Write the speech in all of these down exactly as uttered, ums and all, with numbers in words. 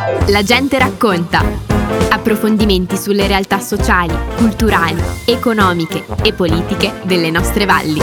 La gente racconta. Approfondimenti sulle realtà sociali, culturali, economiche e politiche delle nostre valli.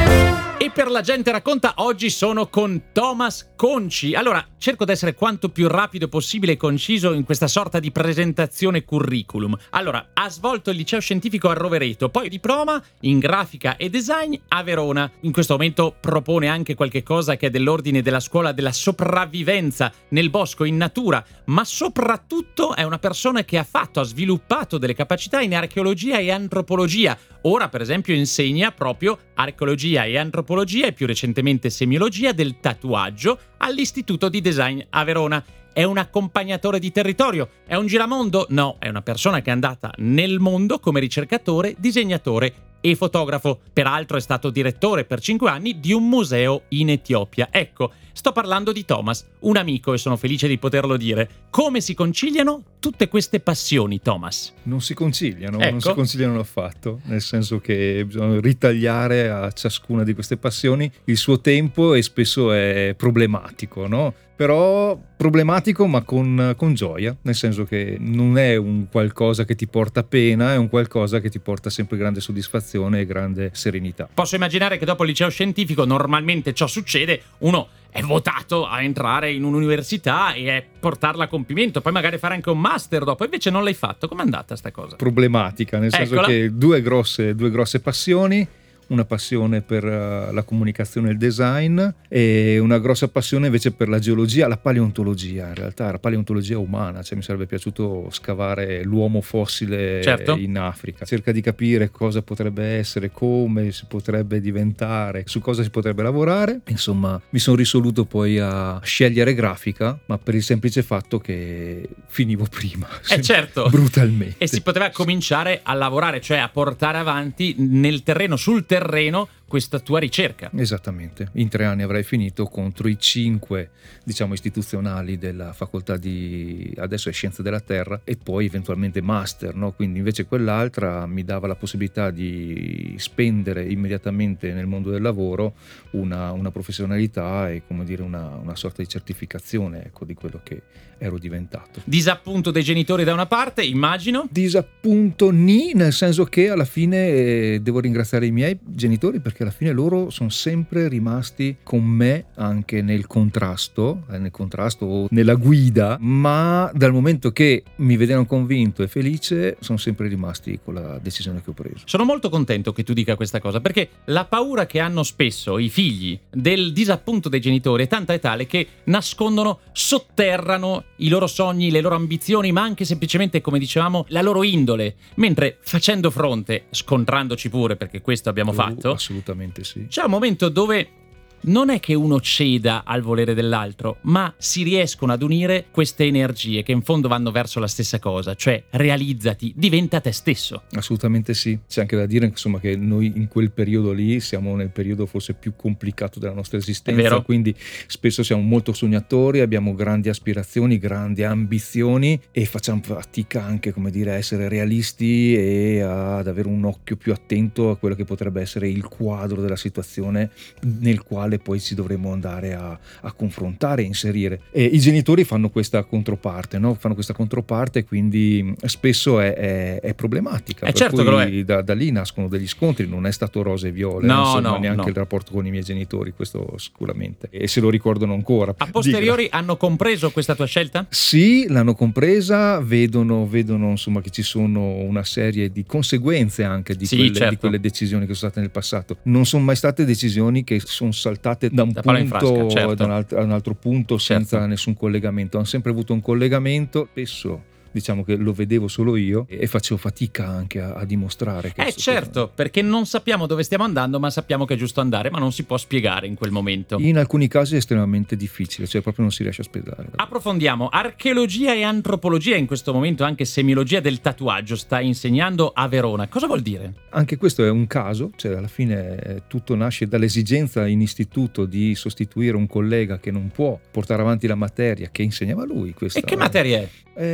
E per La gente racconta oggi sono con Thomas Conci. Allora, cerco di essere quanto più rapido possibile e conciso in questa sorta di presentazione curriculum. Allora, ha svolto il liceo scientifico a Rovereto, poi diploma in grafica e design a Verona. In questo momento propone anche qualche cosa che è dell'ordine della scuola della sopravvivenza nel bosco, in natura, ma soprattutto è una persona che ha fatto, ha sviluppato delle capacità in archeologia e antropologia. Ora, per esempio, insegna proprio archeologia e antropologia e più recentemente semiologia del tatuaggio all'Istituto di Design a Verona. È un accompagnatore di territorio? È un giramondo? No, è una persona che è andata nel mondo come ricercatore, disegnatore e fotografo. Peraltro è stato direttore per cinque anni di un museo in Etiopia. Ecco, sto parlando di Thomas, un amico, e sono felice di poterlo dire. Come si conciliano tutte queste passioni, Thomas? Non si conciliano, Ecco. non si conciliano affatto, nel senso che bisogna ritagliare a ciascuna di queste passioni il suo tempo e spesso è problematico, no? Però problematico ma con, con gioia, nel senso che non è un qualcosa che ti porta pena, è un qualcosa che ti porta sempre grande soddisfazione e grande serenità. Posso immaginare che dopo il liceo scientifico normalmente ciò succede, uno è votato a entrare in un'università e a portarla a compimento, poi magari fare anche un master dopo, invece non l'hai fatto. Com'è andata sta cosa? Problematica, nel senso Eccola. che due grosse, due grosse passioni, una passione per uh, la comunicazione e il design e una grossa passione invece per la geologia, la paleontologia, in realtà la paleontologia umana, cioè mi sarebbe piaciuto scavare l'uomo fossile Certo. in Africa, cerca di capire cosa potrebbe essere, come si potrebbe diventare, su cosa si potrebbe lavorare. Insomma, mi sono risoluto poi a scegliere grafica, ma per il semplice fatto che finivo prima, Eh certo. brutalmente. E si poteva cominciare a lavorare, cioè a portare avanti nel terreno, sul terreno, questa tua ricerca. Esattamente, in tre anni avrei finito contro i cinque, diciamo, istituzionali della facoltà di, adesso è Scienze della Terra, e poi eventualmente master, no? Quindi invece quell'altra mi dava la possibilità di spendere immediatamente nel mondo del lavoro una, una professionalità e, come dire, una, una sorta di certificazione, ecco, di quello che ero diventato. Disappunto dei genitori da una parte, immagino. Disappunto ni, nel senso che alla fine eh, devo ringraziare i miei genitori, perché alla fine loro sono sempre rimasti con me anche nel contrasto, eh, nel contrasto o nella guida, ma dal momento che mi vedevano convinto e felice sono sempre rimasti con la decisione che ho preso. Sono molto contento che tu dica questa cosa, perché la paura che hanno spesso i figli del disappunto dei genitori è tanta e tale che nascondono, sotterrano i loro sogni, le loro ambizioni, ma anche semplicemente, come dicevamo, la loro indole, mentre facendo fronte, scontrandoci pure, perché questo abbiamo Oh, fatto, assolutamente sì. c'è un momento dove non è che uno ceda al volere dell'altro, ma si riescono ad unire queste energie che in fondo vanno verso la stessa cosa, cioè realizzati, diventa te stesso. Assolutamente sì, c'è anche da dire, insomma, che noi in quel periodo lì siamo nel periodo forse più complicato della nostra esistenza, vero. quindi spesso siamo molto sognatori, abbiamo grandi aspirazioni, grandi ambizioni e facciamo fatica anche, come dire, a essere realisti e ad avere un occhio più attento a quello che potrebbe essere il quadro della situazione nel quale poi ci dovremo andare a, a confrontare e inserire. E i genitori fanno questa controparte, no? Fanno questa controparte e quindi spesso è, è, è problematica. Eh per certo cui che lo è. Da, da lì nascono degli scontri, non è stato rose e viole, No, insomma, no, neanche no. il rapporto con i miei genitori, questo sicuramente, e se lo ricordano ancora. A posteriori hanno compreso questa tua scelta? Sì, l'hanno compresa, vedono, vedono insomma che ci sono una serie di conseguenze anche di, Sì, quelle, certo. di quelle decisioni che sono state nel passato. Non sono mai state decisioni che sono saltate da un Da palla in punto frasca, certo. da un altro, a un altro punto senza Certo. nessun collegamento. Hanno sempre avuto un collegamento, spesso diciamo che lo vedevo solo io e facevo fatica anche a, a dimostrare che Eh certo, perché non sappiamo dove stiamo andando, ma sappiamo che è giusto andare, ma non si può spiegare in quel momento. in alcuni casi è estremamente difficile, cioè proprio non si riesce a spiegare. Approfondiamo. Archeologia e antropologia, in questo momento anche semiologia del tatuaggio, sta insegnando a Verona. Cosa vuol dire? Anche questo è un caso, cioè alla fine eh, tutto nasce dall'esigenza in istituto di sostituire un collega che non può portare avanti la materia che insegnava lui. Questa, E che materia è? eh, era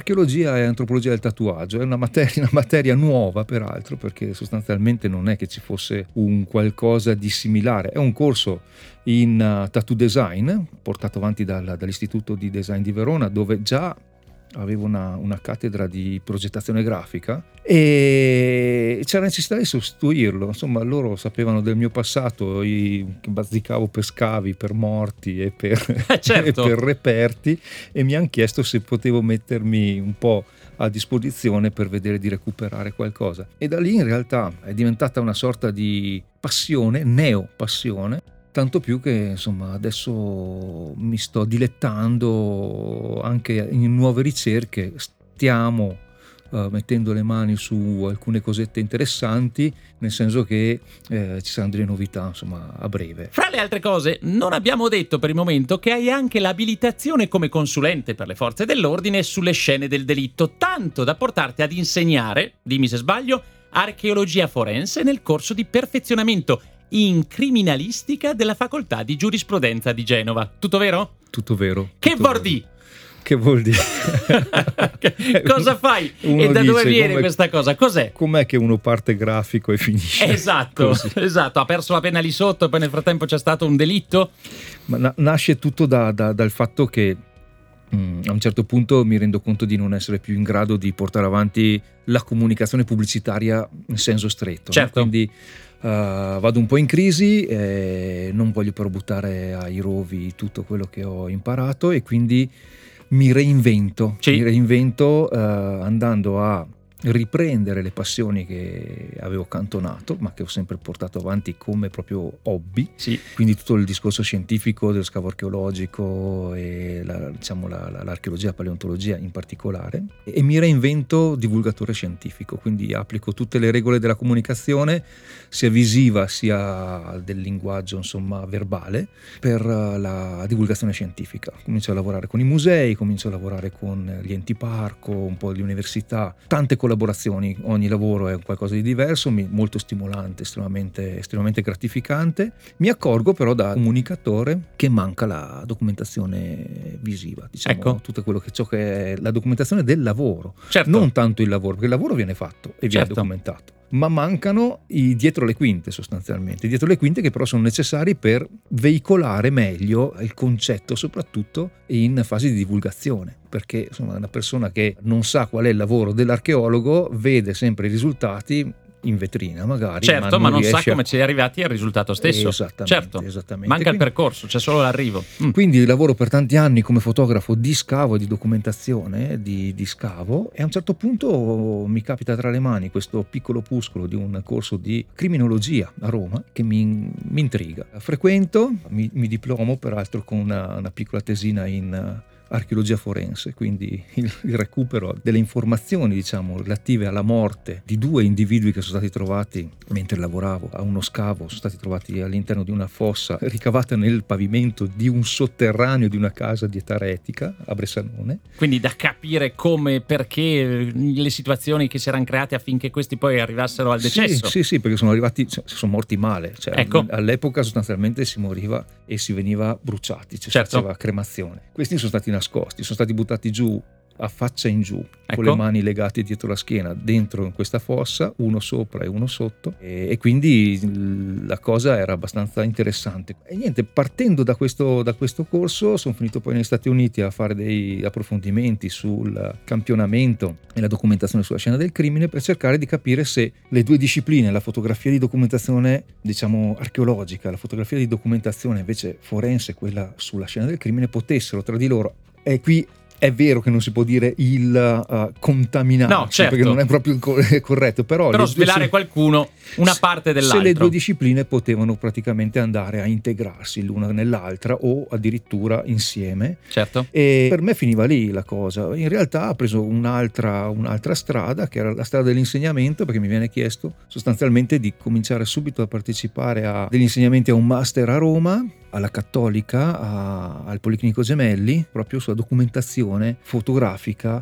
archeologia e antropologia del tatuaggio, è una materia, una materia nuova peraltro, perché sostanzialmente non è che ci fosse un qualcosa di similare, è un corso in uh, tattoo design portato avanti dal, dall'Istituto di Design di Verona, dove già avevo una, una cattedra di progettazione grafica e c'era necessità di sostituirlo. Insomma, loro sapevano del mio passato, io che bazzicavo per scavi, per morti e per, eh certo. e per reperti, e mi hanno chiesto se potevo mettermi un po' a disposizione per vedere di recuperare qualcosa, e da lì in realtà è diventata una sorta di passione, neo passione. Tanto più che insomma adesso mi sto dilettando anche in nuove ricerche, stiamo uh, mettendo le mani su alcune cosette interessanti, nel senso che eh, ci saranno delle novità insomma a breve. Fra le altre cose, non abbiamo detto per il momento che hai anche l'abilitazione come consulente per le forze dell'ordine sulle scene del delitto, tanto da portarti ad insegnare, dimmi se sbaglio, archeologia forense nel corso di perfezionamento in criminalistica della facoltà di giurisprudenza di Genova. Tutto vero? Tutto vero. Che tutto vuol vero. dire? Che vuol dire? Cosa fai? Uno e da dice, dove viene com'è, questa cosa? Cos'è? Com'è che uno parte grafico e finisce? Esatto, così? esatto. Ha perso la penna lì sotto e poi nel frattempo c'è stato un delitto? Ma na- nasce tutto da, da, dal fatto che mh, a un certo punto mi rendo conto di non essere più in grado di portare avanti la comunicazione pubblicitaria in senso stretto. Certo. No? Quindi Uh, vado un po' in crisi, e non voglio però buttare ai rovi tutto quello che ho imparato, e quindi mi reinvento, sì. mi reinvento uh, andando a riprendere le passioni che avevo cantonato ma che ho sempre portato avanti come proprio hobby, sì. Quindi tutto il discorso scientifico dello scavo archeologico e la, diciamo la, la, l'archeologia, la paleontologia in particolare, e, e mi reinvento divulgatore scientifico, quindi applico tutte le regole della comunicazione sia visiva sia del linguaggio insomma verbale per la divulgazione scientifica. Comincio a lavorare con i musei, comincio a lavorare con gli enti parco, un po' di università, tante collaborazioni, ogni lavoro è qualcosa di diverso, molto stimolante, estremamente, estremamente gratificante. Mi accorgo però da comunicatore che manca la documentazione visiva, diciamo, ecco. tutto quello che, ciò che è la documentazione del lavoro, certo. Non tanto il lavoro, perché il lavoro viene fatto e viene certo. documentato, ma mancano i dietro le quinte, sostanzialmente, dietro le quinte che però sono necessari per veicolare meglio il concetto, soprattutto in fase di divulgazione, perché insomma una persona che non sa qual è il lavoro dell'archeologo vede sempre i risultati in vetrina magari, certo, ma non, ma non sa a... come ci è arrivati al risultato stesso. Esattamente, certo. esattamente. Manca quindi, il percorso, c'è solo l'arrivo. Mm. Quindi lavoro per tanti anni come fotografo di scavo e di documentazione di, di scavo, e a un certo punto mi capita tra le mani questo piccolo opuscolo di un corso di criminologia a Roma che mi, mi intriga. Frequento, mi, mi diplomo peraltro con una, una piccola tesina in archeologia forense, quindi il, il recupero delle informazioni diciamo relative alla morte di due individui che sono stati trovati mentre lavoravo a uno scavo, sono stati trovati all'interno di una fossa ricavata nel pavimento di un sotterraneo di una casa di età eretica a Bressanone. Quindi da capire come, perché, le situazioni che si erano create affinché questi poi arrivassero al decesso. Sì, sì, sì, perché sono arrivati, cioè, sono morti male, cioè, ecco. All'epoca sostanzialmente si moriva e si veniva bruciati, cioè certo. si faceva cremazione. Questi sono stati nascosti, sono stati buttati giù a faccia in giù, ecco. Con le mani legate dietro la schiena dentro in questa fossa, uno sopra e uno sotto, e, e quindi la cosa era abbastanza interessante. E niente, partendo da questo, da questo corso sono finito poi negli Stati Uniti a fare dei approfondimenti sul campionamento e la documentazione sulla scena del crimine, per cercare di capire se le due discipline, la fotografia di documentazione diciamo archeologica, la fotografia di documentazione invece forense, quella sulla scena del crimine, potessero tra di loro, e qui è vero che non si può dire il uh, contaminarsi, no, certo. perché non è proprio corretto, però, però le svelare due, qualcuno una parte dell'altro. Se le due discipline potevano praticamente andare a integrarsi l'una nell'altra o addirittura insieme. Certo. E per me finiva lì la cosa. In realtà ho preso un'altra, un'altra strada, che era la strada dell'insegnamento, perché mi viene chiesto sostanzialmente di cominciare subito a partecipare a degli insegnamenti a un master a Roma, alla Cattolica, a, al Policlinico Gemelli, proprio sulla documentazione fotografica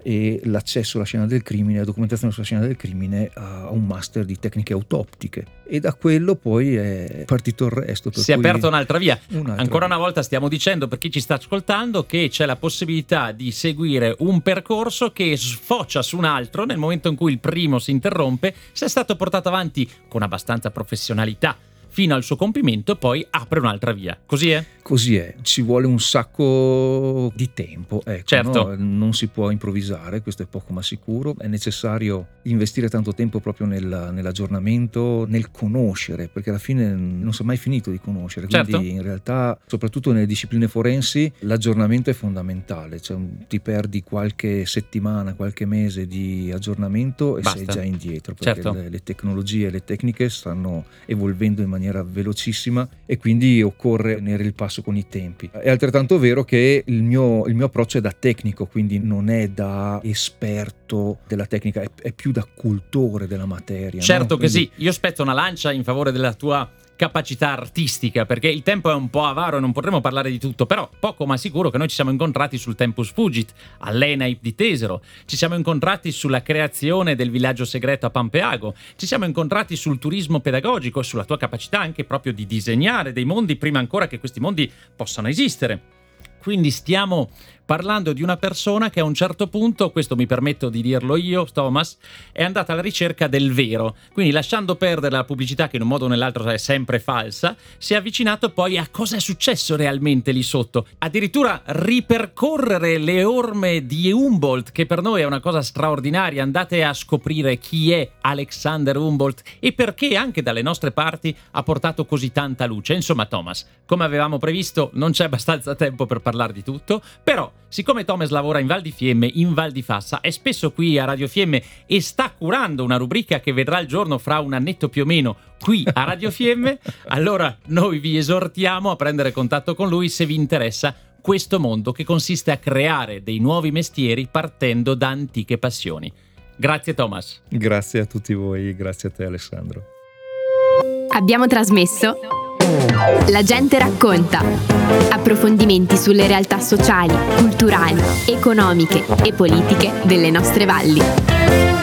e l'accesso alla scena del crimine, la documentazione sulla scena del crimine a un master di tecniche autoptiche, e da quello poi è partito il resto. Per si è cui aperta un'altra via. un'altra Ancora via. una volta stiamo dicendo, per chi ci sta ascoltando, che c'è la possibilità di seguire un percorso che sfocia su un altro nel momento in cui il primo si interrompe, se è stato portato avanti con abbastanza professionalità fino al suo compimento, poi apre un'altra via. Così è? Così è, ci vuole un sacco di tempo, ecco, Certo. no? Non si può improvvisare, questo è poco ma sicuro, è necessario investire tanto tempo proprio nel, nell'aggiornamento, nel conoscere, perché alla fine non si è mai finito di conoscere, quindi Certo. in realtà, soprattutto nelle discipline forensi, l'aggiornamento è fondamentale, cioè ti perdi qualche settimana, qualche mese di aggiornamento e Basta. sei già indietro, perché Certo. le, le tecnologie e le tecniche stanno evolvendo in maniera velocissima e quindi occorre tenere il passo con i tempi. È altrettanto vero che il mio, il mio approccio è da tecnico, quindi non è da esperto della tecnica, è, è più da cultore della materia. Certo no? che Quindi- sì, io spetto una lancia in favore della tua capacità artistica, perché il tempo è un po' avaro e non potremo parlare di tutto, però poco ma sicuro che noi ci siamo incontrati sul Tempus Fugit, all'E N A I P di Tesero, ci siamo incontrati sulla creazione del villaggio segreto a Pampeago, ci siamo incontrati sul turismo pedagogico e sulla tua capacità anche proprio di disegnare dei mondi prima ancora che questi mondi possano esistere. Quindi stiamo parlando di una persona che a un certo punto, questo mi permetto di dirlo io, Thomas, è andata alla ricerca del vero. Quindi, lasciando perdere la pubblicità che in un modo o nell'altro è sempre falsa, si è avvicinato poi a cosa è successo realmente lì sotto. Addirittura ripercorrere le orme di Humboldt, che per noi è una cosa straordinaria. Andate a scoprire chi è Alexander Humboldt e perché anche dalle nostre parti ha portato così tanta luce. Insomma, Thomas, come avevamo previsto, non c'è abbastanza tempo per parlare di tutto, però siccome Thomas lavora in Val di Fiemme, in Val di Fassa, è spesso qui a Radio Fiemme e sta curando una rubrica che vedrà il giorno fra un annetto più o meno qui a Radio Fiemme, allora noi vi esortiamo a prendere contatto con lui se vi interessa questo mondo che consiste a creare dei nuovi mestieri partendo da antiche passioni. Grazie Thomas. Grazie a tutti voi, grazie a te Alessandro. Abbiamo trasmesso La gente racconta. Approfondimenti sulle realtà sociali, culturali, economiche e politiche delle nostre valli.